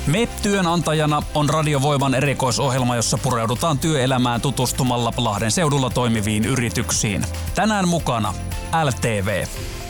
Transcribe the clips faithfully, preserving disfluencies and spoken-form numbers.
M E P-työnantajana on Radiovoiman erikoisohjelma, jossa pureudutaan työelämään tutustumalla Lahden seudulla toimiviin yrityksiin. Tänään mukana L T V.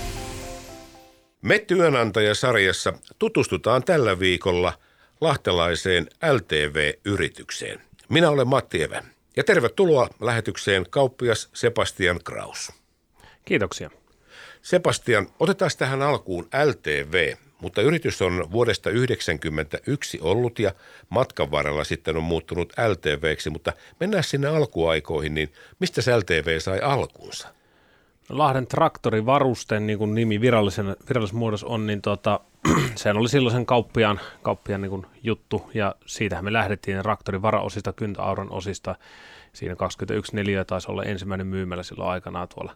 M E P-työnantajasarjassa tutustutaan tällä viikolla lahtelaiseen L T V-yritykseen. Minä olen Matti Evä ja tervetuloa lähetykseen kauppias Sebastian Kraus. Kiitoksia. Sebastian, otetaan tähän alkuun L T V, mutta yritys on vuodesta yhdeksänkymmentäyksi ollut ja matkan varrella sitten on muuttunut L T V:ksi, mutta mennään sinne alkuaikoihin, niin mistä se L T V sai alkunsa? Lahden traktorivarusten, niin kuin nimi virallisen, virallisessa muodossa on, niin tota, sehän oli silloin sen kauppiaan, kauppiaan niin kuin juttu, ja siitähän me lähdettiin traktorin varaosista, kyntäauran osista. Siinä kaksikymmentäyksi neliötä taisi olla ensimmäinen myymälä silloin aikanaan tuolla.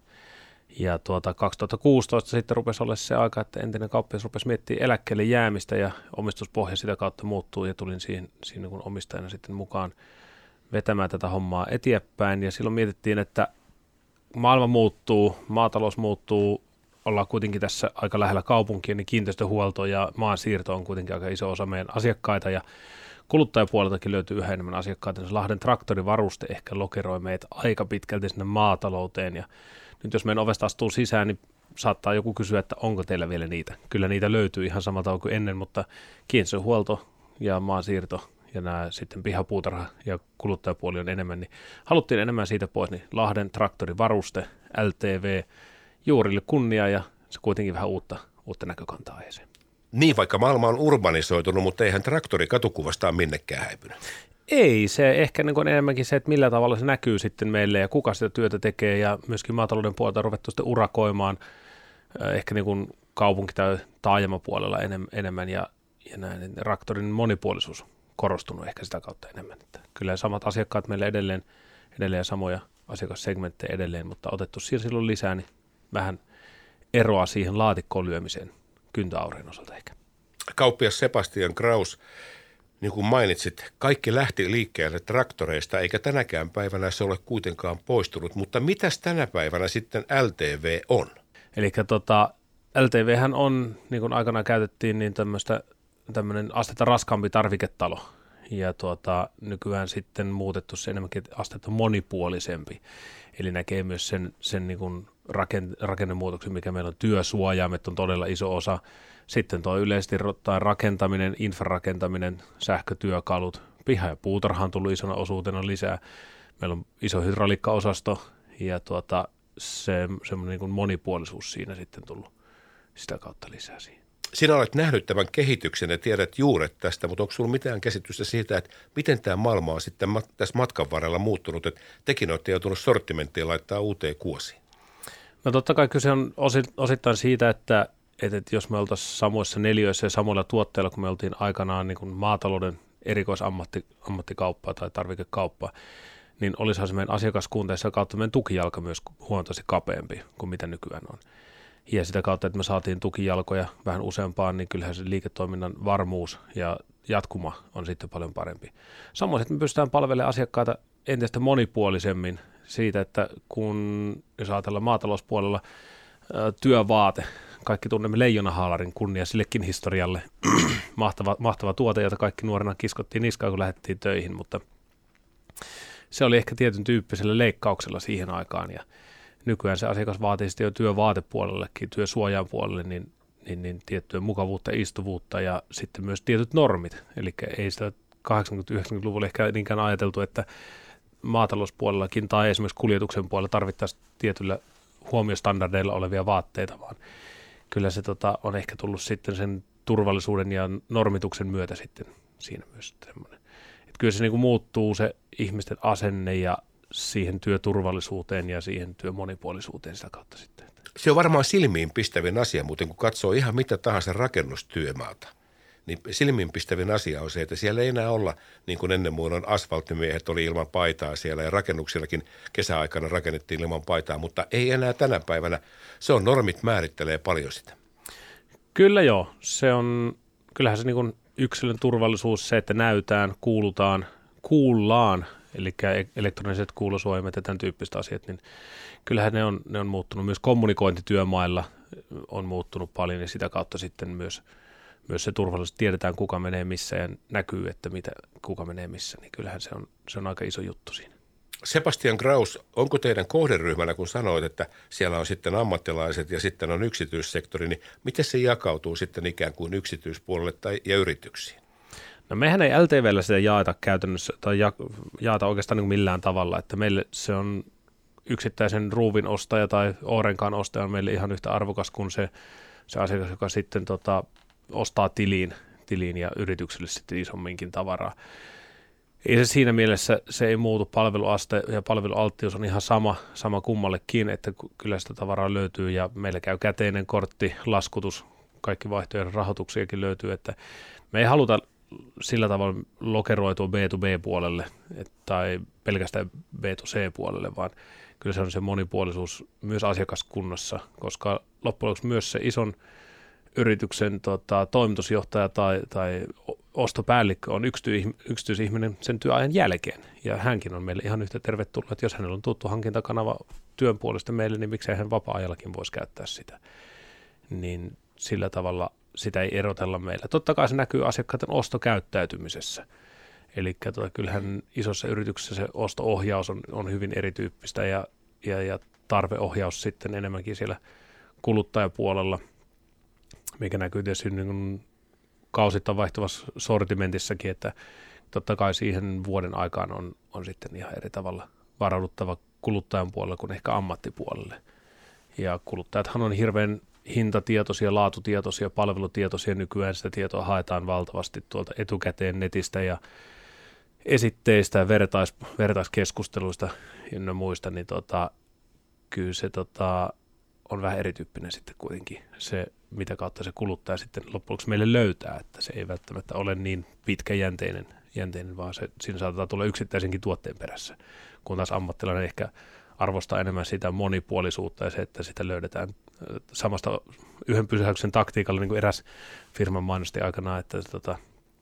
Ja tuota, kaksituhattakuusitoista sitten rupesi olla se aika, että entinen kauppias rupesi miettimään eläkkeelle jäämistä, ja omistuspohja sitä kautta muuttuu, ja tulin siihen, siinä kun omistajana sitten mukaan vetämään tätä hommaa eteenpäin, ja silloin mietittiin, että maailma muuttuu, maatalous muuttuu, ollaan kuitenkin tässä aika lähellä kaupunkia, niin kiinteistöhuolto ja maansiirto on kuitenkin aika iso osa meidän asiakkaita, ja kuluttajapuoleltakin löytyy yhä enemmän asiakkaita. Lahden traktorivaruste ehkä lokeroi meitä aika pitkälti sinne maatalouteen, ja nyt jos meidän ovesta astuu sisään, niin saattaa joku kysyä, että onko teillä vielä niitä. Kyllä niitä löytyy ihan samalla tavalla kuin ennen, mutta kiinteistöhuolto ja maansiirto ja nämä sitten pihapuutarha ja kuluttajapuoli on enemmän, niin haluttiin enemmän siitä pois, niin Lahden traktorivaruste, L T V, juurille kunnia ja se kuitenkin vähän uutta, uutta näkökantaa aiheeseen. Niin, vaikka maailma on urbanisoitunut, mutta eihän traktori katukuvastaan minnekään häipynyt. Ei, se ehkä niin kuin enemmänkin se, että millä tavalla se näkyy sitten meille ja kuka sitä työtä tekee, ja myöskin maatalouden puolelta on ruvettu sitten urakoimaan ehkä niin kuin kaupunki- tai taajamapuolella enemmän, ja, ja näin, niin traktorin monipuolisuus korostunut ehkä sitä kautta enemmän. Että kyllä samat asiakkaat meillä edelleen, edelleen samoja asiakassegmenttejä edelleen, mutta otettu siellä silloin lisää, niin vähän eroa siihen laatikkoon lyömiseen kyntäaureen osalta ehkä. Kauppias Sebastian Kraus, niin kuin mainitsit, kaikki lähti liikkeelle traktoreista, eikä tänäkään päivänä se ole kuitenkaan poistunut. Mutta mitäs tänä päivänä sitten L T V on? Eli tota, L T V:hän on, niin kuin aikanaan käytettiin, niin tämmöistä tämmöinen astetta raskaampi tarviketalo. Ja tuota, nykyään sitten muutettu se enemmänkin astetta monipuolisempi. Eli näkee myös sen, sen niin kuin rakennemuutoksen, mikä meillä on. Työsuojaimet on todella iso osa. Sitten tuo yleisesti rakentaminen, infrarakentaminen, sähkötyökalut, piha- ja puutarha on tullut isona osuutena lisää. Meillä on iso hydrauliikkaosasto ja tuota, se, semmoinen niin kuin monipuolisuus siinä sitten tullut sitä kautta lisää siihen. Sinä olet nähnyt tämän kehityksen ja tiedät juuret tästä, mutta onko sinulla mitään käsitystä siitä, että miten tämä maailma on sitten tässä matkan varrella muuttunut, että tekin olette joutunut sortimenttiin laittaa uuteen kuosiin? No totta kai kyse on osittain siitä, että, että jos me oltaisiin samoissa neliöissä ja samoilla tuotteilla, kun me oltiin aikanaan niin kuin maatalouden erikoisammattikauppaa tai tarvikekauppaa, niin olisihan se meidän asiakaskunta ja sitä kautta meidän tukijalka myös huomattavasti kapeampi kuin mitä nykyään on. Ja sitä kautta, että me saatiin tukijalkoja vähän useampaan, niin kyllähän se liiketoiminnan varmuus ja jatkuma on sitten paljon parempi. Samoin, että me pystytään palvelemaan asiakkaita entistä monipuolisemmin siitä, että kun jos ajatellaan maatalouspuolella ää, työvaate, kaikki tunnemme leijonahaalarin, kunnia sillekin historialle, mahtava, mahtava tuote, jota kaikki nuorena kiskottiin niskaan, kun lähdettiin töihin, mutta se oli ehkä tietyn tyyppisellä leikkauksella siihen aikaan, ja nykyään se asiakas vaatii sitten jo työvaatepuolellekin, työsuojan puolelle, niin, niin, niin tiettyä mukavuutta, istuvuutta ja sitten myös tietyt normit. Eli ei sitä kahdeksankymmentä-yhdeksänkymmentäluvulla ehkä niinkään ajateltu, että maatalouspuolellakin tai esimerkiksi kuljetuksen puolella tarvittaisiin tietyillä huomiostandardeilla olevia vaatteita, vaan kyllä se tota, on ehkä tullut sitten sen turvallisuuden ja normituksen myötä sitten siinä myös semmoinen. Että kyllä se niin kuin muuttuu se ihmisten asenne ja siihen työturvallisuuteen ja siihen työmonipuolisuuteen sitä kautta sitten. Se on varmaan silmiinpistävin asia, muuten kun katsoo ihan mitä tahansa rakennustyömaata, niin silmiinpistävin asia on se, että siellä ei enää olla, niin kuin ennen muun asfalttimiehet oli ilman paitaa siellä ja rakennuksillakin kesäaikana rakennettiin ilman paitaa, mutta ei enää tänä päivänä. Se on normit määrittelee paljon sitä. Kyllä joo, se on, kyllähän se niin kuin yksilön turvallisuus, se, että näytään, kuulutaan, kuullaan, eli elektroniset kuulosuojimet ja tämän tyyppiset asiat, niin kyllähän ne on, ne on muuttunut. Myös kommunikointityömailla on muuttunut paljon ja sitä kautta sitten myös, myös se turvallisuus, tiedetään kuka menee missä ja näkyy, että mitä, kuka menee missä, niin kyllähän se on, se on aika iso juttu siinä. Sebastian Kraus, onko teidän kohderyhmänä, kun sanoit, että siellä on sitten ammattilaiset ja sitten on yksityissektori, niin miten se jakautuu sitten ikään kuin yksityispuolelle tai, ja yrityksiin? No mehän ei L T V:llä sitä jaeta käytännössä tai ja, jaeta oikeastaan niin millään tavalla, että meille se on yksittäisen ruuvin ostaja tai Orenkaan ostaja on meille ihan yhtä arvokas kuin se, se asiakas, joka sitten tota, ostaa tiliin, tiliin ja yritykselle sitten isomminkin tavaraa. Ei se siinä mielessä, se ei muutu, palveluaste ja palvelualttius on ihan sama, sama kummallekin, että kyllä sitä tavaraa löytyy ja meillä käy käteinen kortti, laskutus, kaikki vaihtoehdon rahoituksiakin löytyy, että me ei haluta sillä tavalla lokeroitua B to B-puolelle et, tai pelkästään B to C-puolelle, vaan kyllä se on se monipuolisuus myös asiakaskunnassa, koska loppujen lopuksi myös se ison yrityksen tota, toimitusjohtaja tai, tai ostopäällikkö on yksityis- yksityisihminen sen työajan jälkeen, ja hänkin on meille ihan yhtä tervetullut, että jos hänellä on tuttu hankintakanava työn puolesta meille, niin miksei hän vapaa-ajallakin voisi käyttää sitä, niin sillä tavalla sitä ei erotella meillä. Totta kai se näkyy asiakkaiden ostokäyttäytymisessä, eli tota, kyllähän isossa yrityksessä se osto-ohjaus on, on hyvin erityyppistä, ja, ja, ja tarveohjaus sitten enemmänkin siellä kuluttajapuolella, mikä näkyy tietysti niin kausittain vaihtuvassa sortimentissakin, että totta kai siihen vuoden aikaan on, on sitten ihan eri tavalla varauduttava kuluttajan puolella kuin ehkä ammattipuolelle. Ja kuluttajathan on hirveän hintatietoisia, laatutietoisia, palvelutietoisia. Nykyään sitä tietoa haetaan valtavasti tuolta etukäteen netistä ja esitteistä ja vertais, vertaiskeskusteluista ja muista, niin tota, kyllä se tota, on vähän erityyppinen sitten kuitenkin se, mitä kautta se kuluttaja sitten loppujen lopuksi meille löytää, että se ei välttämättä ole niin pitkäjänteinen, jänteinen, vaan se, siinä saatetaan tulla yksittäisenkin tuotteen perässä, kun taas ammattilainen ehkä arvostaa enemmän sitä monipuolisuutta ja se, että sitä löydetään samasta yhden pysäyksen taktiikalla, niin kuin eräs firman mainosti aikanaan, että tota,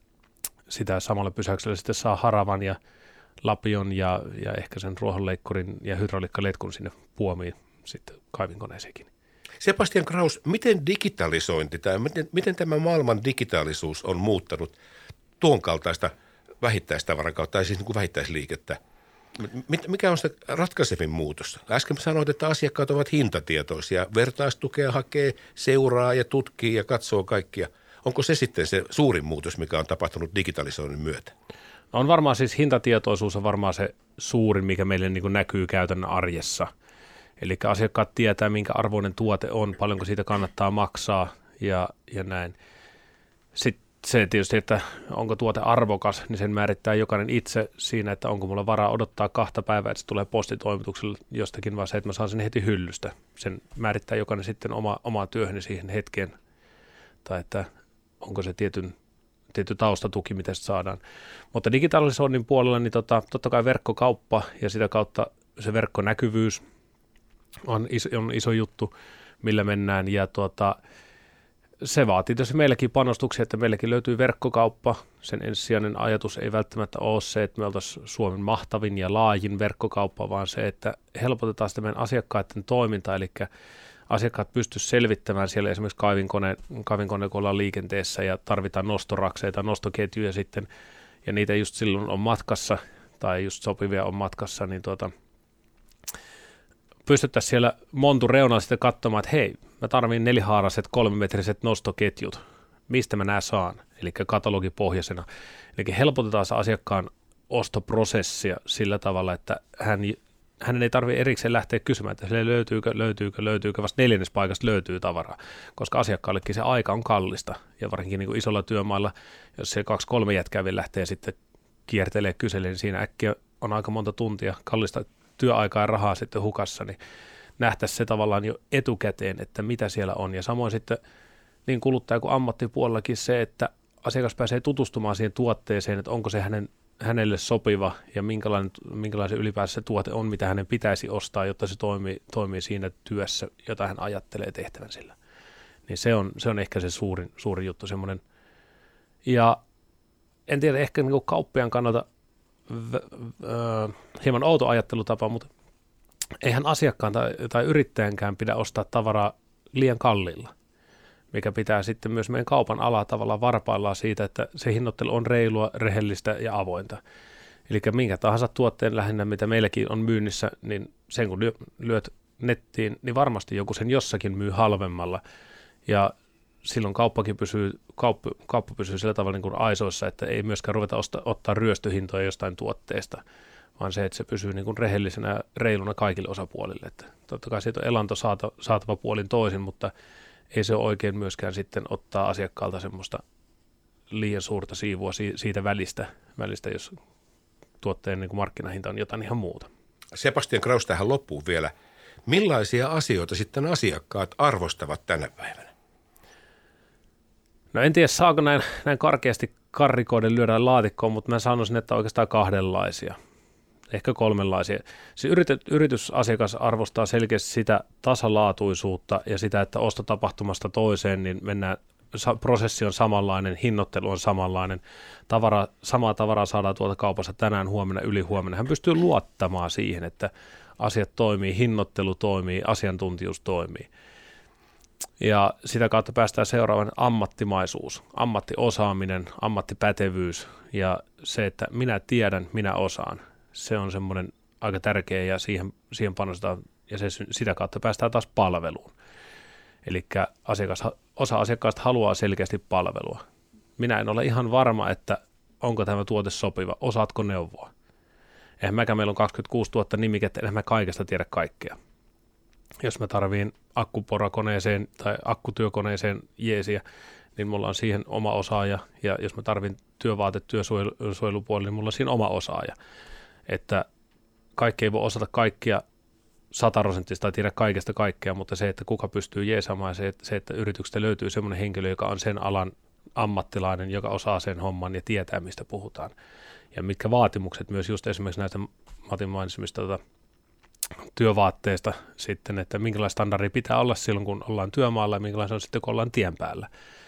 sitä samalla pysäyksellä sitten saa haravan ja lapion ja, ja ehkä sen ruohonleikkurin ja hydrauliikkaletkun sinne puomiin sitten kaivinkoneeseenkin. Sebastian Kraus, miten digitalisointi tai miten, miten tämä maailman digitaalisuus on muuttanut tuon kaltaista vähittäistavaran kautta, tai siis niin kuin vähittäisliikettä? Mikä on se ratkaisevin muutos? Äsken sanoit, että asiakkaat ovat hintatietoisia, vertaistukea hakee, seuraa ja tutkii ja katsoo kaikkia. Onko se sitten se suurin muutos, mikä on tapahtunut digitalisoinnin myötä? No on varmaan siis hintatietoisuus on varmaan se suurin, mikä meille niin kuin näkyy käytännön arjessa. Eli asiakkaat tietää, minkä arvoinen tuote on, paljonko siitä kannattaa maksaa ja, ja näin. Sitten se tietysti, että onko tuote arvokas, niin sen määrittää jokainen itse siinä, että onko mulla varaa odottaa kahta päivää, että se tulee postitoimituksella jostakin, vaan se, että mä saan sen heti hyllystä. Sen määrittää jokainen sitten oma, omaa työhöni siihen hetkeen, tai että onko se tietyn, tietty taustatuki, mitä se saadaan. Mutta digitalisoinnin puolella, niin tota, totta kai verkkokauppa ja sitä kautta se verkkonäkyvyys on iso, on iso juttu, millä mennään, ja tuota, se vaatii tietysti meilläkin panostuksia, että meilläkin löytyy verkkokauppa. Sen ensisijainen ajatus ei välttämättä ole se, että me oltaisiin Suomen mahtavin ja laajin verkkokauppa, vaan se, että helpotetaan sitä meidän asiakkaiden toimintaa, eli asiakkaat pystyisivät selvittämään siellä esimerkiksi kaivinkone, kaivinkone, kun ollaan liikenteessä ja tarvitaan nostorakseita, nostoketjuja sitten, ja niitä just silloin on matkassa, tai just sopivia on matkassa, niin tuota, pystyttäisiin siellä montun reunalla sitten katsomaan, että hei, mä tarvitsen nelihaaraiset kolmimetriset nostoketjut, mistä mä nää saan, eli katalogipohjaisena. Eli helpotetaan se asiakkaan ostoprosessia sillä tavalla, että hän, hänen ei tarvitse erikseen lähteä kysymään, että sille löytyykö, löytyykö, löytyykö, vasta neljännespaikasta löytyy tavaraa, koska asiakkaallekin se aika on kallista, ja varsinkin niin kuin isolla työmailla, jos se kaksi kolme jätkää vielä lähtee sitten kiertelee kyselemään, niin siinä äkkiä on aika monta tuntia kallista työaikaa ja rahaa sitten hukassa, niin nähtäisiin se tavallaan jo etukäteen, että mitä siellä on. Ja samoin sitten niin kuluttaja kuin ammattipuolellakin se, että asiakas pääsee tutustumaan siihen tuotteeseen, että onko se hänen, hänelle sopiva ja minkälainen, minkälainen ylipäänsä se tuote on, mitä hänen pitäisi ostaa, jotta se toimii, toimii siinä työssä, jota hän ajattelee tehtävän sillä. Niin se on, se on ehkä se suurin, suurin juttu semmoinen. Ja en tiedä, ehkä niin kuin kauppiaan kannalta v, äh, hieman outo ajattelutapa, mutta eihän asiakkaan tai, tai yrittäjänkään pidä ostaa tavaraa liian kalliilla. mikä pitää sitten myös meidän kaupan alaa tavallaan varpaillaan siitä, että se hinnoittelu on reilua, rehellistä ja avointa. Eli minkä tahansa tuotteen lähinnä, mitä meilläkin on myynnissä, niin sen kun lyöt nettiin, niin varmasti joku sen jossakin myy halvemmalla. Ja silloin kauppakin pysyy, kauppa, kauppa pysyy sillä tavalla niin kuin aisoissa, että ei myöskään ruveta osta, ottaa ryöstöhintoja jostain tuotteesta, vaan se, että se pysyy niin kuin rehellisenä ja reiluna kaikille osapuolille. Että totta kai siitä on elanto saata, saatava puolin toisin, mutta ei se ole oikein myöskään sitten ottaa asiakkaalta semmoista liian suurta siivua siitä välistä, välistä jos tuotteen niin kuin markkinahinta on jotain ihan muuta. Sebastian Kraus tähän loppuun vielä. Millaisia asioita sitten asiakkaat arvostavat tänä päivänä? No en tiedä, saako näin, näin karkeasti karrikoiden lyödä laatikkoon, mutta mä sanoisin, että oikeastaan kahdenlaisia, ehkä kolmenlaisia. Se yritys, yritysasiakas arvostaa selkeästi sitä tasalaatuisuutta ja sitä, että ostotapahtumasta toiseen, niin mennään, prosessi on samanlainen, hinnoittelu on samanlainen, tavara, samaa tavaraa saadaan tuolta kaupassa tänään, huomenna, ylihuomenna. Hän pystyy luottamaan siihen, että asiat toimii, hinnoittelu toimii, asiantuntijuus toimii. Ja sitä kautta päästään seuraavan ammattimaisuus, ammattiosaaminen, ammattipätevyys ja se, että minä tiedän, minä osaan. Se on semmoinen aika tärkeä ja siihen, siihen panostetaan ja se, sitä kautta päästään taas palveluun. Eli asiakas, osa asiakkaista haluaa selkeästi palvelua. Minä en ole ihan varma, että onko tämä tuote sopiva, osaatko neuvoa. Eihän mäkään, meillä on kaksikymmentäkuusituhatta nimikettä, eihän mä kaikesta tiedä kaikkea. Jos mä tarviin akkuporakoneeseen tai akkutyökoneeseen jeesiä, niin mulla on siihen oma osaaja, ja jos mä tarvin työvaate työsuojelupuolella, niin mulla on siinä oma osaaja. Että kaikki ei voi osata kaikkia sataprosenttista tai tiedä kaikesta kaikkea, mutta se, että kuka pystyy jeesaamaan, se, se, että yrityksestä löytyy semmoinen henkilö, joka on sen alan ammattilainen, joka osaa sen homman ja tietää, mistä puhutaan. Ja mitkä vaatimukset myös just esimerkiksi näistä Matin mainitsemista tuota, työvaatteista sitten, että minkälainen standardi pitää olla silloin, kun ollaan työmaalla ja minkälainen on sitten, kun ollaan tien päällä.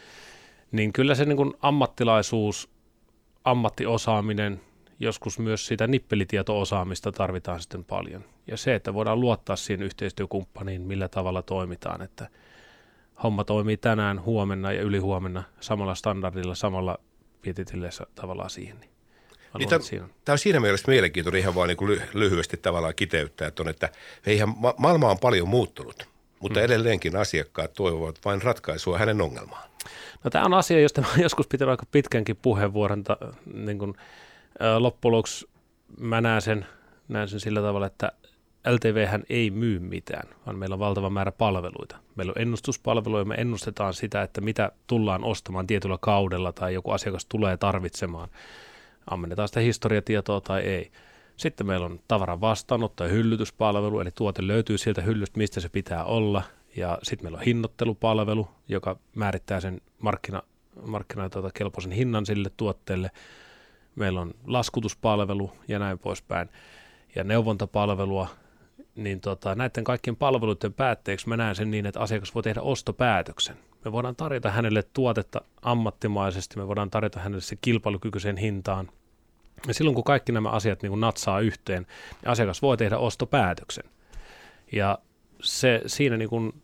Niin kyllä se niin kuin ammattilaisuus, ammattiosaaminen, joskus myös sitä nippelitieto-osaamista tarvitaan sitten paljon. Ja se, että voidaan luottaa siihen yhteistyökumppaniin, millä tavalla toimitaan, että homma toimii tänään, huomenna ja ylihuomenna samalla standardilla, samalla vietitillässä tavallaan siihen. Niin Niin tämä, tämä on siinä mielessä mielenkiintoinen ihan vaan niin kuin lyhyesti tavallaan kiteyttää, että, on, että eihän ma- maailma on paljon muuttunut, mutta hmm. edelleenkin asiakkaat toivovat vain ratkaisua hänen ongelmaan. No tämä on asia, josta mä joskus pitänyt aika pitkänkin puheenvuoron. Ta, niin kuin, ä, loppujen lopuksi mä näen sen, näen sen sillä tavalla, että L T V:hän ei myy mitään, vaan meillä on valtava määrä palveluita. Meillä on ennustuspalveluja, me ennustetaan sitä, että mitä tullaan ostamaan tietyllä kaudella tai joku asiakas tulee tarvitsemaan. Ammennetaan sitä historiatietoa tai ei. Sitten meillä on tavaran vastaanotto ja hyllytyspalvelu, eli tuote löytyy sieltä hyllystä, mistä se pitää olla. Ja sitten meillä on hinnoittelupalvelu, joka määrittää sen markkina, markkina tuota, kelpoisen hinnan sille tuotteelle. Meillä on laskutuspalvelu ja näin poispäin. Ja neuvontapalvelua, niin tota, näiden kaikkien palveluiden päätteeksi mä näen sen niin, että asiakas voi tehdä ostopäätöksen. Me voidaan tarjota hänelle tuotetta ammattimaisesti, me voidaan tarjota hänelle se kilpailukykyiseen hintaan. Ja silloin kun kaikki nämä asiat niin kun natsaa yhteen, niin asiakas voi tehdä ostopäätöksen. Ja se siinä niin kun,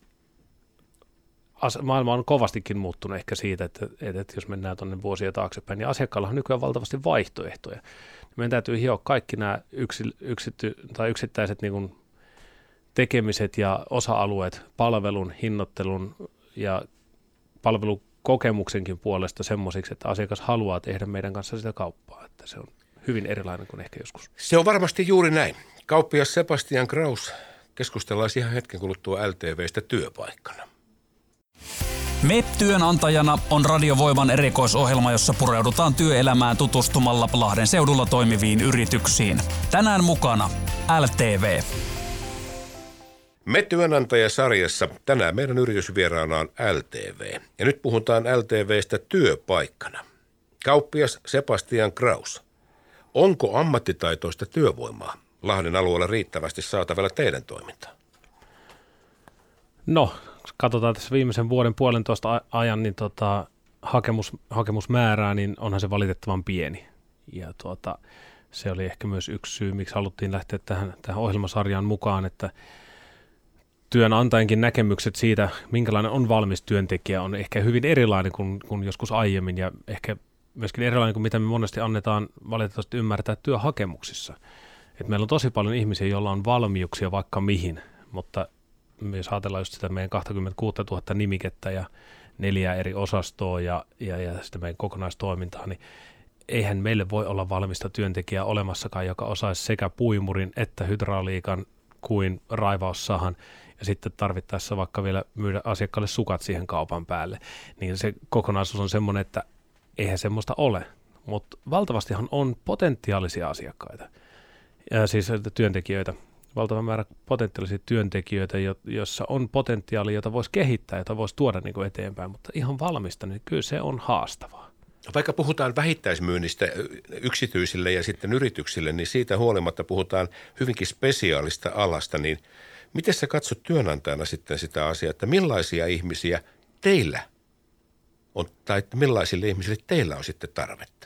as, maailma on kovastikin muuttunut ehkä siitä, että, että, että jos mennään tuonne vuosia taaksepäin, niin asiakkaalla on nykyään valtavasti vaihtoehtoja. Meidän täytyy hioa kaikki nämä yksi, yksity, tai yksittäiset niin kun tekemiset ja osa-alueet palvelun, hinnoittelun ja palvelukokemuksenkin puolesta semmoisiksi, että asiakas haluaa tehdä meidän kanssa sitä kauppaa, että se on hyvin erilainen kuin ehkä joskus. Se on varmasti juuri näin. Kauppias Sebastian Kraus, keskustellaan ihan hetken kuluttua L T V:stä työpaikkana. M E P-työnantajana on Radiovoiman erikoisohjelma, jossa pureudutaan työelämään tutustumalla Lahden seudulla toimiviin yrityksiin. Tänään mukana L T V. Me työnantajasarjassa tänään meidän yritysvieraana on L T V. Ja nyt puhutaan L T V:stä työpaikkana. Kauppias Sebastian Kraus, onko ammattitaitoista työvoimaa Lahden alueella riittävästi saatavilla teidän toimintaan? No, katsotaan tässä viimeisen vuoden puolentoista ajan niin tota, hakemus, hakemusmäärää, niin onhan se valitettavan pieni. Ja tuota, se oli ehkä myös yksi syy, miksi haluttiin lähteä tähän, tähän ohjelmasarjaan mukaan, että työnantajankin näkemykset siitä, minkälainen on valmis työntekijä, on ehkä hyvin erilainen kuin, kuin joskus aiemmin ja ehkä myöskin erilainen kuin mitä me monesti annetaan valitettavasti ymmärtää työhakemuksissa. Et meillä on tosi paljon ihmisiä, joilla on valmiuksia vaikka mihin, mutta jos ajatellaan just sitä meidän kaksikymmentäkuusituhatta nimikettä ja neljää eri osastoa ja, ja, ja sitä meidän kokonaistoimintaa, niin eihän meille voi olla valmista työntekijää olemassakaan, joka osaisi sekä puimurin että hydrauliikan kuin raivaussahan ja sitten tarvittaessa vaikka vielä myydä asiakkaalle sukat siihen kaupan päälle. Niin se kokonaisuus on semmoinen, että eihän semmoista ole, mutta valtavastihan on potentiaalisia asiakkaita, ja siis työntekijöitä, valtava määrä potentiaalisia työntekijöitä, joissa on potentiaali, jota voisi kehittää, jota voisi tuoda niin kuin eteenpäin, mutta ihan valmista, niin kyllä se on haastavaa. Vaikka puhutaan vähittäismyynnistä yksityisille ja sitten yrityksille, niin siitä huolimatta puhutaan hyvinkin spesiaalista alasta, niin miten sä katsot työnantajana sitten sitä asiaa, että millaisia ihmisiä teillä on, tai millaisille ihmisille teillä on sitten tarvetta?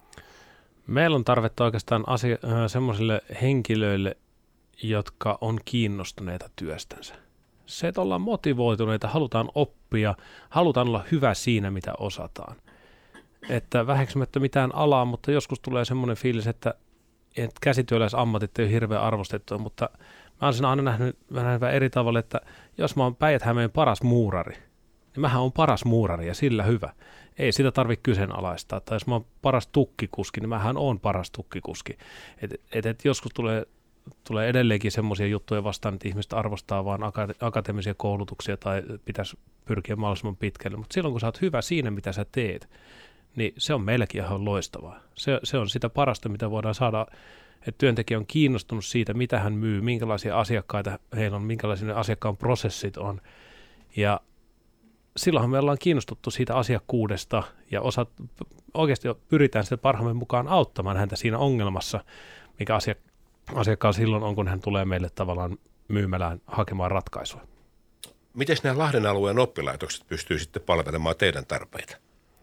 Meillä on tarvetta oikeastaan asia, äh, semmoisille henkilöille, jotka on kiinnostuneita työstänsä. Se, että ollaan motivoituneita, halutaan oppia, halutaan olla hyvä siinä, mitä osataan. Että väheksymättä mitään alaa, mutta joskus tulee semmoinen fiilis, että, että käsityöläisammatit ei ole hirveän arvostettua, mutta mä olen sen aina nähnyt vähän eri tavalla, että jos mä oon Päijät-Hämeen paras muurari, niin mähän on paras muurari ja sillä hyvä. Ei sitä tarvitse kyseenalaistaa. Tai jos mä oon paras tukkikuski, niin mähän on paras tukkikuski. Et, et, et joskus tulee, tulee edelleenkin semmoisia juttuja vastaan, että ihmiset arvostaa vaan akate- akateemisia koulutuksia tai pitäisi pyrkiä mahdollisimman pitkälle. Mutta silloin kun sä oot hyvä siinä, mitä sä teet, niin se on meilläkin ihan loistavaa. Se, se on sitä parasta, mitä voidaan saada, että työntekijä on kiinnostunut siitä, mitä hän myy, minkälaisia asiakkaita heillä on, minkälaisia ne asiakkaan prosessit on. Ja silloinhan me ollaan kiinnostuttu siitä asiakkuudesta ja osat, oikeasti pyritään sitten parhaamme mukaan auttamaan häntä siinä ongelmassa, mikä asiak- asiakkaan silloin on, kun hän tulee meille tavallaan myymälään hakemaan ratkaisua. Miten nämä Lahden alueen oppilaitokset pystyy sitten palvelemaan teidän tarpeita?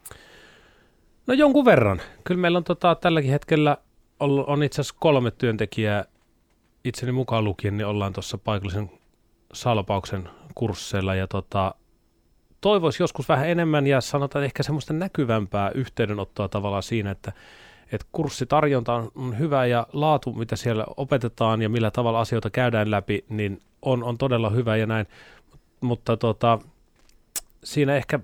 No jonkun verran. Kyllä meillä on tota, tälläkin hetkellä on, on itse asiassa kolme työntekijää, itseni mukaan lukien, niin ollaan tuossa paikallisen salpauksen kursseilla ja tota, toivoisi joskus vähän enemmän ja sanotaan ehkä semmoista näkyvämpää yhteydenottoa tavallaan siinä, että, että kurssitarjonta on, on hyvä ja laatu, mitä siellä opetetaan ja millä tavalla asioita käydään läpi, niin on, on todella hyvä ja näin, mutta tota, siinä ehkä,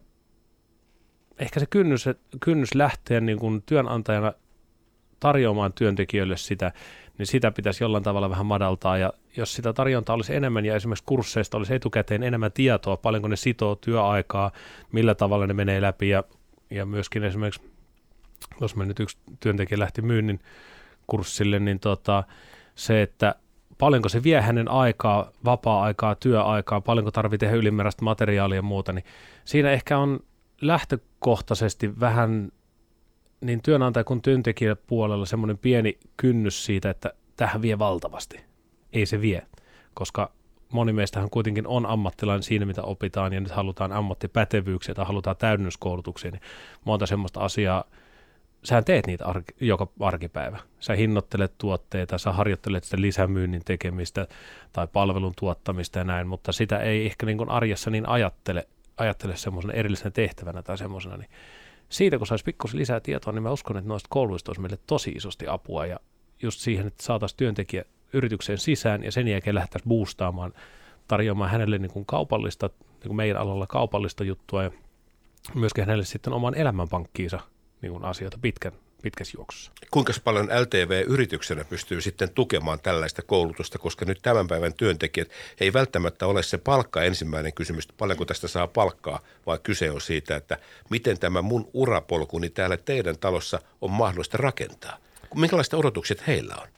ehkä se kynnys, kynnys lähteä niin kuin työnantajana tarjoamaan työntekijöille sitä, niin sitä pitäisi jollain tavalla vähän madaltaa, ja jos sitä tarjontaa olisi enemmän ja esimerkiksi kursseista olisi etukäteen enemmän tietoa, paljonko ne sitoo työaikaa, millä tavalla ne menee läpi, ja, ja myöskin esimerkiksi, jos me nyt yksi työntekijä lähti myynnin kurssille, niin tota, se, että paljonko se vie hänen aikaa, vapaa-aikaa, työaikaa, paljonko tarvitsee tehdä ylimääräistä materiaalia ja muuta, niin siinä ehkä on lähtökohtaisesti vähän niin työnantaja kuin työntekijäpuolella semmoinen pieni kynnys siitä, että tähän vie valtavasti. Ei se vie, koska moni meistähän kuitenkin on ammattilainen siinä, mitä opitaan, ja nyt halutaan ammattipätevyyksiä tai halutaan täydennyskoulutuksia, niin monta semmoista asiaa, sähän teet niitä arki, joka arkipäivä. Sä hinnoittelet tuotteita, sä harjoittelet sitä lisämyynnin tekemistä tai palvelun tuottamista ja näin, mutta sitä ei ehkä niin kuin arjessa niin ajattele, ajattele semmoisena erillisenä tehtävänä tai semmoisena, niin siitä, kun saisi pikkusen lisää tietoa, niin mä uskon, että noista kouluista olisi meille tosi isosti apua ja just siihen, että saataisiin työntekijä yritykseen sisään ja sen jälkeen lähdettäisiin boostaamaan, tarjoamaan hänelle niin kuin kaupallista, niin kuin meidän alalla kaupallista juttua ja myöskin hänelle sitten oman elämänpankkiinsa niin kuin asioita pitkän, pitkässä juoksussa. Kuinka paljon L T V-yrityksenä pystyy sitten tukemaan tällaista koulutusta, koska nyt tämän päivän työntekijät ei välttämättä ole se palkka ensimmäinen kysymys, paljonko tästä saa palkkaa, vaan kyse on siitä, että miten tämä mun urapolkuni täällä teidän talossa on mahdollista rakentaa. Minkälaiset odotukset heillä on?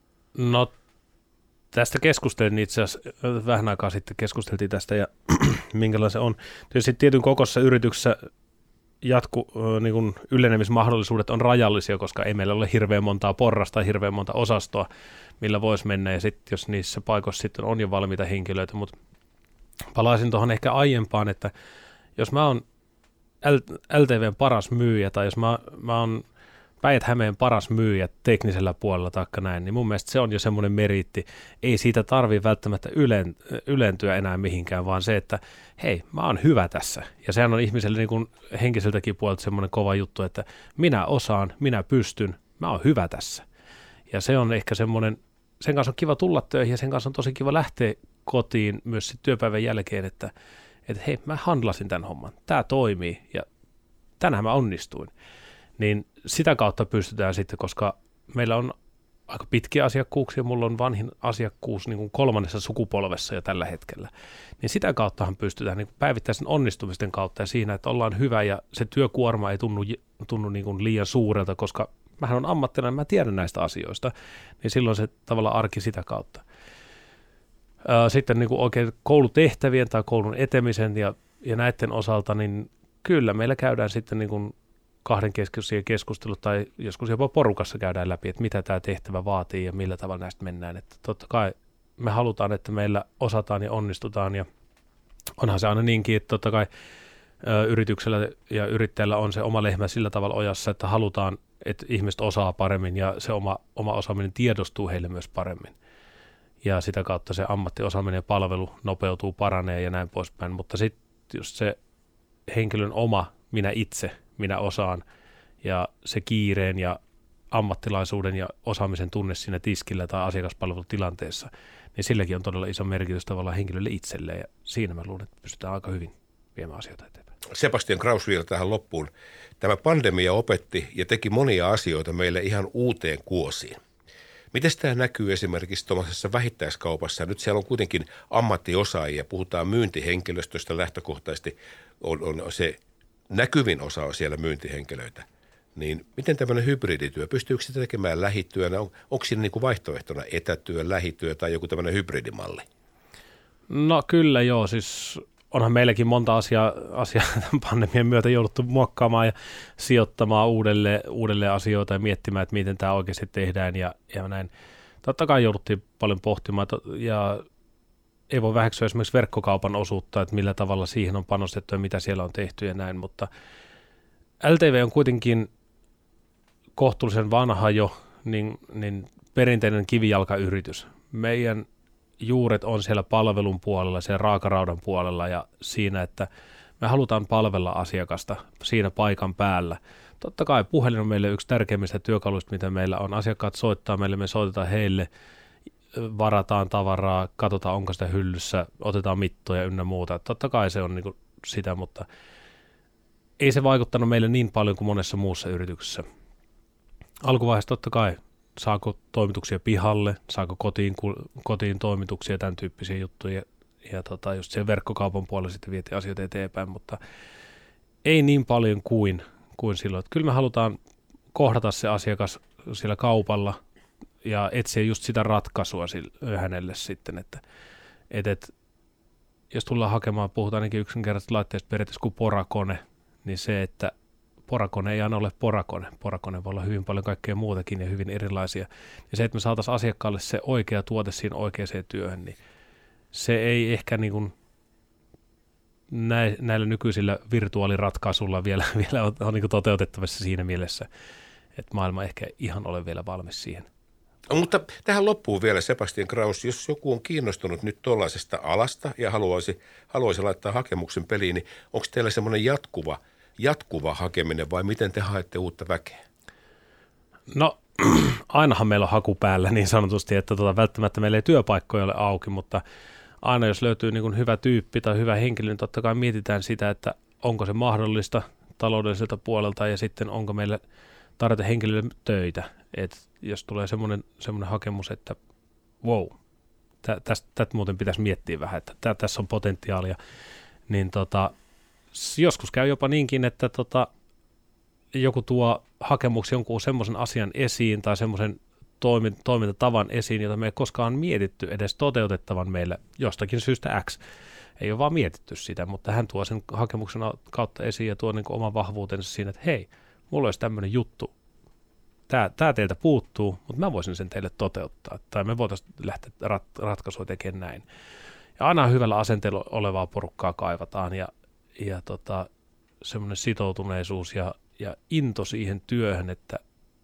No tästä keskustelin itse asiassa, vähän aikaa sitten keskusteltiin tästä ja minkälainen se on. Tietysti tietyn kokoisessa yrityksessä jatku, niin kuin ylenemismahdollisuudet on rajallisia, koska ei meillä ole hirveän montaa porrasta tai hirveän monta osastoa, millä voisi mennä, ja sitten jos niissä paikoissa sitten on jo valmiita henkilöitä, mutta palaisin tuohon ehkä aiempaan, että jos mä oon L T V:n paras myyjä, tai jos mä, mä oon Päijät-Hämeen paras myyjä teknisellä puolella taikka näin, niin mun mielestä se on jo semmoinen meriitti. Ei siitä tarvitse välttämättä ylen, ylentyä enää mihinkään, vaan se, että hei, mä oon hyvä tässä. Ja sehän on ihmiselle niin kuin henkiseltäkin puolelta semmoinen kova juttu, että minä osaan, minä pystyn, mä oon hyvä tässä. Ja se on ehkä semmoinen, sen kanssa on kiva tulla töihin ja sen kanssa on tosi kiva lähteä kotiin myös sit työpäivän jälkeen, että, että hei, mä handlasin tämän homman, tää toimii ja tänään mä onnistuin. Niin sitä kautta pystytään sitten, koska meillä on aika pitkiä asiakkuuksia, mulla on vanhin asiakkuus niin kuin kolmannessa sukupolvessa jo tällä hetkellä, niin sitä kauttahan pystytään niin kuin päivittäisen onnistumisten kautta ja siinä, että ollaan hyvä ja se työkuorma ei tunnu, tunnu niin kuin liian suurelta, koska mähän on ammattilainen, mä tiedän näistä asioista, niin silloin se tavallaan arki sitä kautta. Sitten niin kuin oikein koulutehtävien tai koulun etemisen ja, ja näiden osalta, niin kyllä meillä käydään sitten niin kuin kahdenkeskisiä keskustelut tai joskus jopa porukassa käydään läpi, että mitä tämä tehtävä vaatii ja millä tavalla näistä mennään. Että totta kai me halutaan, että meillä osataan ja onnistutaan ja onhan se aina niinkin, että totta kai ö, yrityksellä ja yrittäjällä on se oma lehmä sillä tavalla ojassa, että halutaan, että ihmiset osaa paremmin ja se oma, oma osaaminen tiedostuu heille myös paremmin. Ja sitä kautta se ammattiosaaminen ja palvelu nopeutuu, paranee ja näin poispäin. Mutta sitten just se henkilön oma, minä itse, minä osaan ja se kiireen ja ammattilaisuuden ja osaamisen tunne siinä tiskillä tai asiakaspalvelutilanteessa, niin silläkin on todella iso merkitys tavallaan henkilölle itselleen ja siinä mä luulen, että pystytään aika hyvin viemään asioita eteenpäin. Sebastian Kraus vielä tähän loppuun. Tämä pandemia opetti ja teki monia asioita meille ihan uuteen kuosiin. Miten tämä näkyy esimerkiksi tuollaisessa vähittäiskaupassa? Nyt siellä on kuitenkin ammattiosaajia, puhutaan myyntihenkilöstöstä lähtökohtaisesti, on, on se näkyvin osa on siellä myyntihenkilöitä. Niin miten tämmöinen hybridityö, pystyykö sitä tekemään lähityönä? On, onko siinä niin kuin vaihtoehtona etätyö, lähityö tai joku tämmöinen hybridimalli? No kyllä joo, siis onhan meilläkin monta asiaa, asiaa pandemian myötä jouduttu muokkaamaan ja sijoittamaan uudelleen, uudelleen asioita ja miettimään, että miten tämä oikeasti tehdään ja, ja näin. Totta kai jouduttiin paljon pohtimaan ja ei voi väheksyä esimerkiksi verkkokaupan osuutta, että millä tavalla siihen on panostettu ja mitä siellä on tehty ja näin, mutta L T V on kuitenkin kohtuullisen vanha jo, niin, niin perinteinen kivijalkayritys. Meidän juuret on siellä palvelun puolella, siellä raakaraudan puolella ja siinä, että me halutaan palvella asiakasta siinä paikan päällä. Totta kai puhelin on meille yksi tärkeimmistä työkaluista, mitä meillä on. Asiakkaat soittaa meille, me soitetaan heille, varataan tavaraa, katsotaan onko sitä hyllyssä, otetaan mittoja ynnä muuta. Totta kai se on niin kuin sitä, mutta ei se vaikuttanut meille niin paljon kuin monessa muussa yrityksessä. Alkuvaiheessa totta kai saako toimituksia pihalle, saako kotiin, kotiin toimituksia, tämän tyyppisiä juttuja. Ja tota, just siellä verkkokaupan puolella sitten vietiin asioita eteenpäin, mutta ei niin paljon kuin, kuin silloin. Että kyllä me halutaan kohdata se asiakas siellä kaupalla ja etsiä just sitä ratkaisua sille, hänelle sitten, että et, et, jos tullaan hakemaan, puhutaan ainakin yksinkertaisesta laitteesta periaatteessa kuin porakone, niin se, että porakone ei aina ole porakone. Porakone voi olla hyvin paljon kaikkea muutakin ja hyvin erilaisia. Ja se, että me saataisiin asiakkaalle se oikea tuote siinä oikeaan työhön, niin se ei ehkä niin kuin näillä nykyisillä virtuaaliratkaisuilla vielä, vielä on, on niin kuin toteutettavissa siinä mielessä, että maailma ehkä ihan ole vielä valmis siihen. No, mutta tähän loppuu vielä Sebastian Kraus, jos joku on kiinnostunut nyt tuollaisesta alasta ja haluaisi, haluaisi laittaa hakemuksen peliin, niin onko teillä semmoinen jatkuva, jatkuva hakeminen vai miten te haette uutta väkeä? No ainahan meillä on haku päällä niin sanotusti, että tota, välttämättä meillä ei työpaikkoja ole auki, mutta aina jos löytyy niin kuin hyvä tyyppi tai hyvä henkilö, niin totta kai mietitään sitä, että onko se mahdollista taloudelliselta puolelta ja sitten onko meillä tarjota henkilölle töitä. Et jos tulee semmoinen, semmoinen hakemus, että wow, tästä tästä muuten pitäisi miettiä vähän, että tä, tässä on potentiaalia, niin tota, joskus käy jopa niinkin, että tota, joku tuo hakemuksen jonkun semmoisen asian esiin tai semmoisen toimintatavan esiin, jota me ei koskaan mietitty edes toteutettavan meille jostakin syystä X. Ei ole vaan mietitty sitä, mutta hän tuo sen hakemuksen kautta esiin ja tuo niin kuin oman vahvuutensa siinä, että hei, mulla olisi tämmöinen juttu, Tää, tää teiltä puuttuu, mutta mä voisin sen teille toteuttaa, tai me voitaisiin lähteä rat, ratkaisua tekemään näin. Ja aina hyvällä asenteella olevaa porukkaa kaivataan, ja, ja tota, semmoinen sitoutuneisuus ja, ja into siihen työhön, että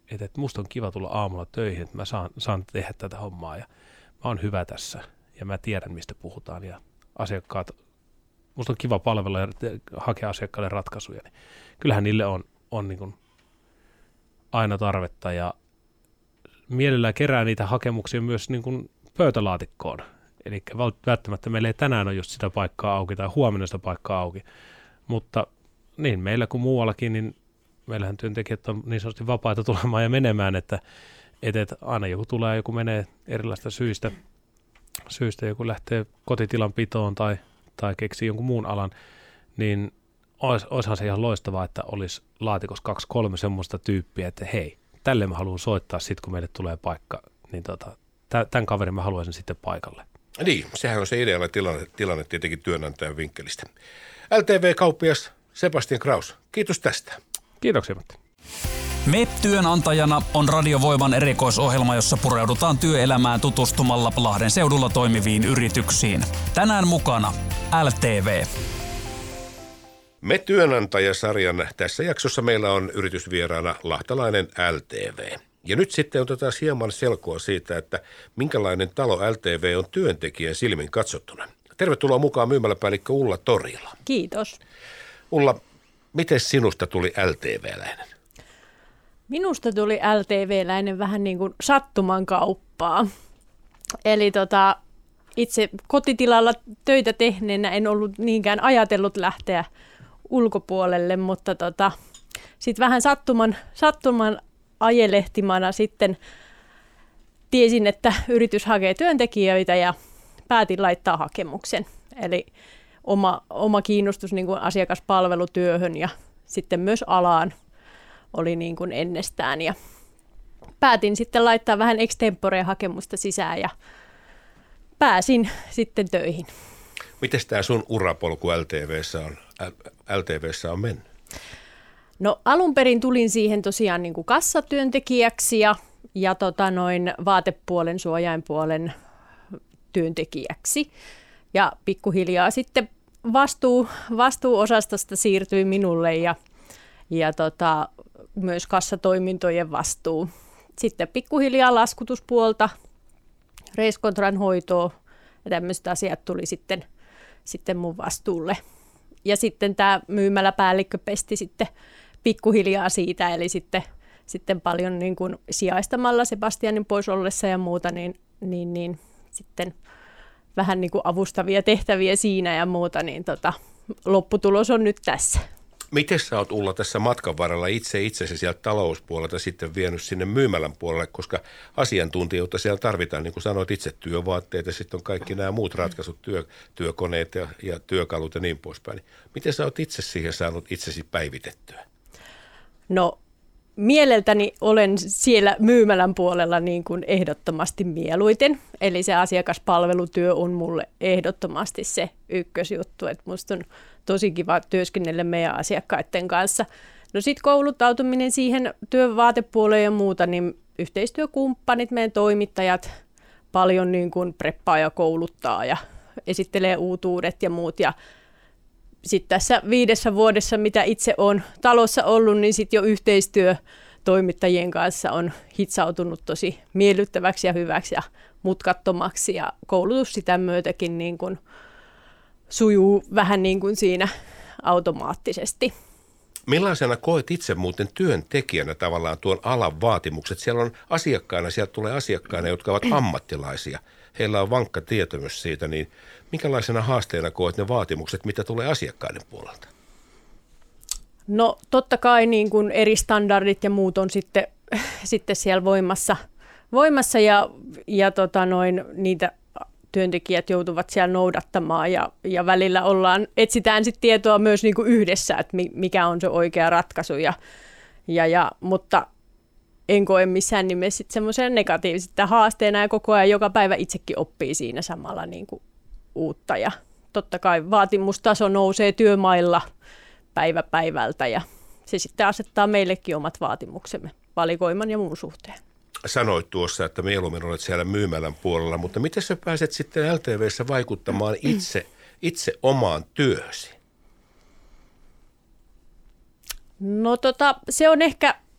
että, että musta on kiva tulla aamulla töihin, että mä saan, saan tehdä tätä hommaa ja mä oon hyvä tässä ja mä tiedän, mistä puhutaan ja asiakkaat, musta on kiva palvella ja hakea asiakkaille ratkaisuja, niin kyllähän niille on, on niin kuin aina tarvetta ja mielellään kerää niitä hakemuksia myös niin kuin pöytälaatikkoon. Eli välttämättä meillä ei tänään ole just sitä paikkaa auki tai huomenna sitä paikkaa auki, mutta niin meillä kuin muuallakin, niin meillähän työntekijät on niin sanotusti vapaita tulemaan ja menemään, että, että aina joku tulee, joku menee erilaista syistä, syistä joku lähtee kotitilan pitoon tai, tai keksii jonkun muun alan, niin olis, olisihan se ihan loistavaa, että olisi laatikossa kaksi kolme semmoista tyyppiä, että hei, tälle mä haluan soittaa sitten, kun meille tulee paikka, niin tota, tämän kaverin mä haluaisin sitten paikalle. Niin, sehän on se ideaali tilanne, tilanne tietenkin työnantajan vinkkelistä. L T V-kauppias Sebastian Kraus, kiitos tästä. Kiitoksia, Matti. M E P-työnantajana on Radio Voiman erikoisohjelma, jossa pureudutaan työelämään tutustumalla Lahden seudulla toimiviin yrityksiin. Tänään mukana L T V. Me työnantajasarjan tässä jaksossa meillä on yritysvieraana lahtalainen L T V. Ja nyt sitten otetaan hieman selkoa siitä, että minkälainen talo L T V on työntekijän silmin katsottuna. Tervetuloa mukaan myymäläpäällikkö Ulla Torila. Kiitos. Ulla, miten sinusta tuli L T V-läinen? Minusta tuli L T V-läinen vähän niin kuin sattuman kauppaa. Eli tota, itse kotitilalla töitä tehneenä en ollut niinkään ajatellut lähteä ulkopuolelle, mutta tota, sitten vähän sattuman, sattuman ajelehtimana sitten tiesin, että yritys hakee työntekijöitä ja päätin laittaa hakemuksen. Eli oma, oma kiinnostus niin kuin asiakaspalvelutyöhön ja sitten myös alaan oli niin kuin ennestään. Ja päätin sitten laittaa vähän extempore-hakemusta sisään ja pääsin sitten töihin. Miten tämä sun urapolku L T V:ssä on, L T V:ssä on mennyt? No alun perin tulin siihen tosiaan niin kuin kassatyöntekijäksi ja, ja tota noin vaatepuolen, suojainpuolen työntekijäksi. Ja pikkuhiljaa sitten vastuu, vastuuosastosta siirtyi minulle ja, ja tota, myös kassatoimintojen vastuu. Sitten pikkuhiljaa laskutuspuolta, reiskontran hoitoa ja tämmöiset asiat tuli sitten, sitten mun vastuulle. Ja sitten tämä myymäläpäällikkö pesti sitten pikkuhiljaa siitä, eli sitten, sitten paljon niin kuin sijaistamalla Sebastianin pois ollessa ja muuta, niin, niin, niin sitten vähän niin kuin avustavia tehtäviä siinä ja muuta, niin tota, lopputulos on nyt tässä. Miten sä oot, Ulla, tässä matkan varrella itse itsesi sieltä talouspuolelta sitten vienyt sinne myymälän puolelle, koska asiantuntijuutta siellä tarvitaan, niin kuin sanoit itse, työvaatteet ja sitten on kaikki nämä muut ratkaisut, työ, työkoneet ja, ja työkalut ja niin poispäin. Miten sä oot itse siihen saanut itsesi päivitettyä? No mieleltäni olen siellä myymälän puolella niin kuin ehdottomasti mieluiten, eli se asiakaspalvelutyö on mulle ehdottomasti se ykkösjuttu, että musta on tosi kiva työskennellä meidän asiakkaiden kanssa. No sitten kouluttautuminen siihen työvaatepuoleen ja muuta, niin yhteistyökumppanit, meidän toimittajat paljon niin kuin preppaa ja kouluttaa ja esittelee uutuudet ja muut. Ja sitten tässä viidessä vuodessa, mitä itse olen talossa ollut, niin sitten jo yhteistyö toimittajien kanssa on hitsautunut tosi miellyttäväksi ja hyväksi ja mutkattomaksi ja koulutus sitä myötäkin niin kuin sujuu vähän niin kuin siinä automaattisesti. Millaisena koet itse muuten työntekijänä tavallaan tuon alan vaatimukset? Siellä on asiakkaina, sieltä tulee asiakkaina, jotka ovat ammattilaisia. Heillä on vankka tietämys siitä, niin minkälaisena haasteena koet ne vaatimukset, mitä tulee asiakkaiden puolelta? No totta kai niin kuin eri standardit ja muut on sitten, sitten siellä voimassa, voimassa ja, ja tota noin, niitä työntekijät joutuvat siellä noudattamaan ja, ja välillä ollaan, etsitään sitten tietoa myös niin kuin yhdessä, että mikä on se oikea ratkaisu, ja, ja, ja, mutta en koe missään nimessä sitten semmoisen negatiivista haasteena ja koko ajan joka päivä itsekin oppii siinä samalla niin kuin uutta ja totta kai vaatimustaso nousee työmailla päivä päivältä ja se sitten asettaa meillekin omat vaatimuksemme valikoiman ja muun suhteen. Sanoit tuossa, että mieluummin olet siellä myymälän puolella, mutta miten sä pääset sitten L T V:ssä vaikuttamaan itse, itse omaan työhösi? No tota, se on ehkä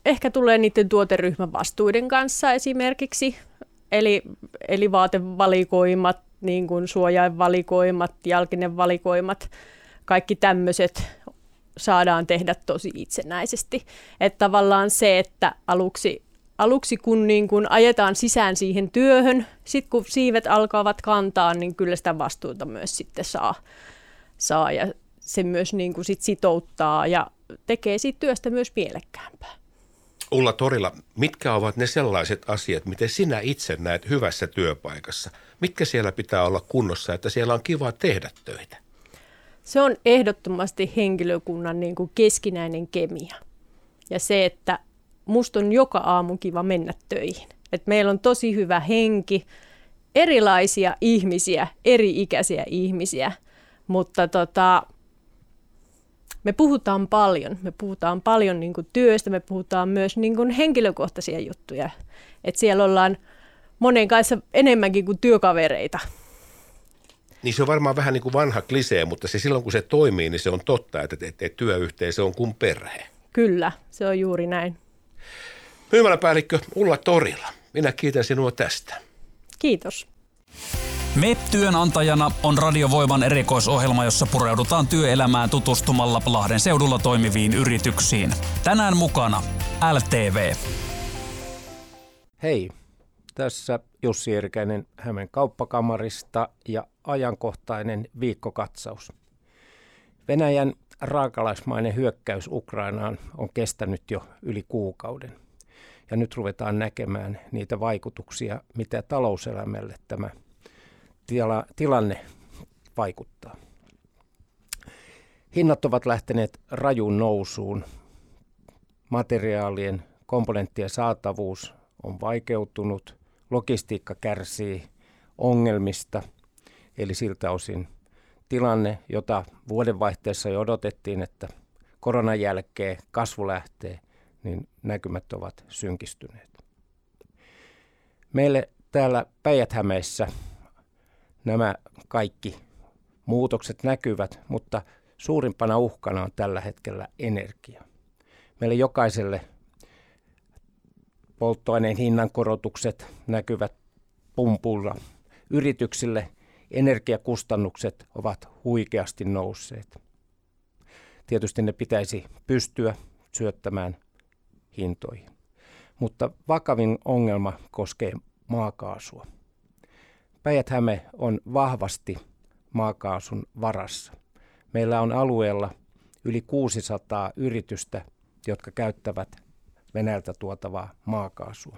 ehkä tulee niiden tuoteryhmän vastuiden kanssa esimerkiksi, eli, eli vaatevalikoimat, niin kuin suojainvalikoimat, jalkinevalikoimat, kaikki tämmöiset saadaan tehdä tosi itsenäisesti. Että tavallaan se, että aluksi, aluksi kun, niin kun ajetaan sisään siihen työhön, sitten kun siivet alkavat kantaa, niin kyllä sitä vastuuta myös sitten saa, saa ja se myös niin kuin sit sitouttaa ja tekee siitä työstä myös mielekkäämpää. Ulla Torila, mitkä ovat ne sellaiset asiat, miten sinä itse näet hyvässä työpaikassa? Mitkä siellä pitää olla kunnossa, että siellä on kiva tehdä töitä? Se on ehdottomasti henkilökunnan niin kuin keskinäinen kemia. Ja se, että musta on joka aamu kiva mennä töihin. Et meillä on tosi hyvä henki, erilaisia ihmisiä, eri-ikäisiä ihmisiä, mutta tota, me puhutaan paljon. Me puhutaan paljon niin kuin työstä, me puhutaan myös niin kuin henkilökohtaisia juttuja. Et siellä ollaan monen kanssa enemmänkin kuin työkavereita. Niin se on varmaan vähän niin kuin vanha klisee, mutta se silloin kun se toimii, niin se on totta, että, että, että työyhteisö on kuin perhe. Kyllä, se on juuri näin. Myymäläpäällikkö Ulla Torila, minä kiitän sinua tästä. Kiitos. M E P-työnantajana on Radio Voiman erikoisohjelma, jossa pureudutaan työelämään tutustumalla Lahden seudulla toimiviin yrityksiin. Tänään mukana L T V. Hei, tässä Jussi Erikäinen Hämeen kauppakamarista ja ajankohtainen viikkokatsaus. Venäjän raakalaismainen hyökkäys Ukrainaan on kestänyt jo yli kuukauden. Ja nyt ruvetaan näkemään niitä vaikutuksia, mitä talouselämälle tämä tila, tilanne vaikuttaa. Hinnat ovat lähteneet rajuun nousuun. Materiaalien, komponenttien saatavuus on vaikeutunut. Logistiikka kärsii ongelmista. Eli siltä osin tilanne, jota vuodenvaihteessa jo odotettiin, että koronan jälkeen kasvu lähtee, niin näkymät ovat synkistyneet. Meille täällä Päijät-Hämeessä nämä kaikki muutokset näkyvät, mutta suurimpana uhkana on tällä hetkellä energia. Meille jokaiselle polttoaineen hinnankorotukset näkyvät pumpulla. Yrityksille energiakustannukset ovat huikeasti nousseet. Tietysti ne pitäisi pystyä syöttämään hintoihin. Mutta vakavin ongelma koskee maakaasua. Päijät-Häme on vahvasti maakaasun varassa. Meillä on alueella yli kuusisataa yritystä, jotka käyttävät Venäjältä tuotavaa maakaasua.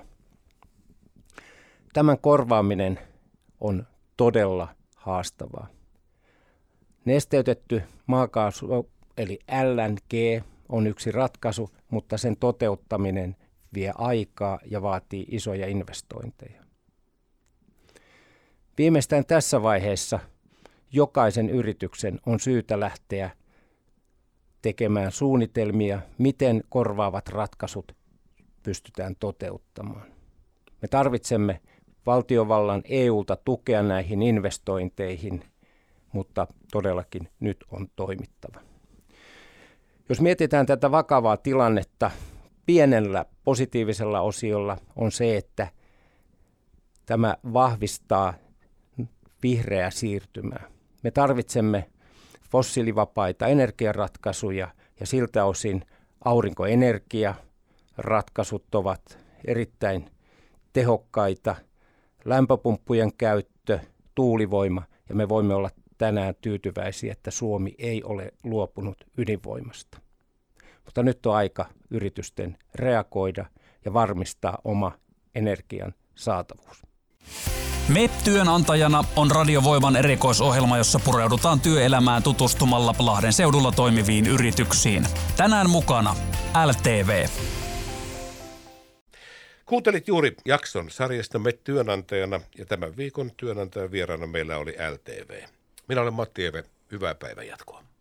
Tämän korvaaminen on todella haastavaa. Nesteytetty maakaasu eli L N G on yksi ratkaisu, mutta sen toteuttaminen vie aikaa ja vaatii isoja investointeja. Viimeistään tässä vaiheessa jokaisen yrityksen on syytä lähteä tekemään suunnitelmia, miten korvaavat ratkaisut pystytään toteuttamaan. Me tarvitsemme valtiovallan E U:lta tukea näihin investointeihin, mutta todellakin nyt on toimittava. Jos mietitään tätä vakavaa tilannetta, pienellä positiivisella osiolla on se, että tämä vahvistaa vihreää siirtymää. Me tarvitsemme fossiilivapaita energiaratkaisuja ja siltä osin aurinkoenergiaratkaisut ovat erittäin tehokkaita. Lämpöpumppujen käyttö, tuulivoima ja me voimme olla tänään tyytyväisiä, että Suomi ei ole luopunut ydinvoimasta. Mutta nyt on aika yritysten reagoida ja varmistaa oma energian saatavuus. M E P-työnantajana on Radio Voiman erikoisohjelma, jossa pureudutaan työelämään tutustumalla Lahden seudulla toimiviin yrityksiin. Tänään mukana L T V. Kuuntelit juuri jakson sarjasta M E P-työnantajana ja tämän viikon työnantajan vieraana meillä oli L T V. Minä olen Matti Eve. Hyvää päivänjatkoa.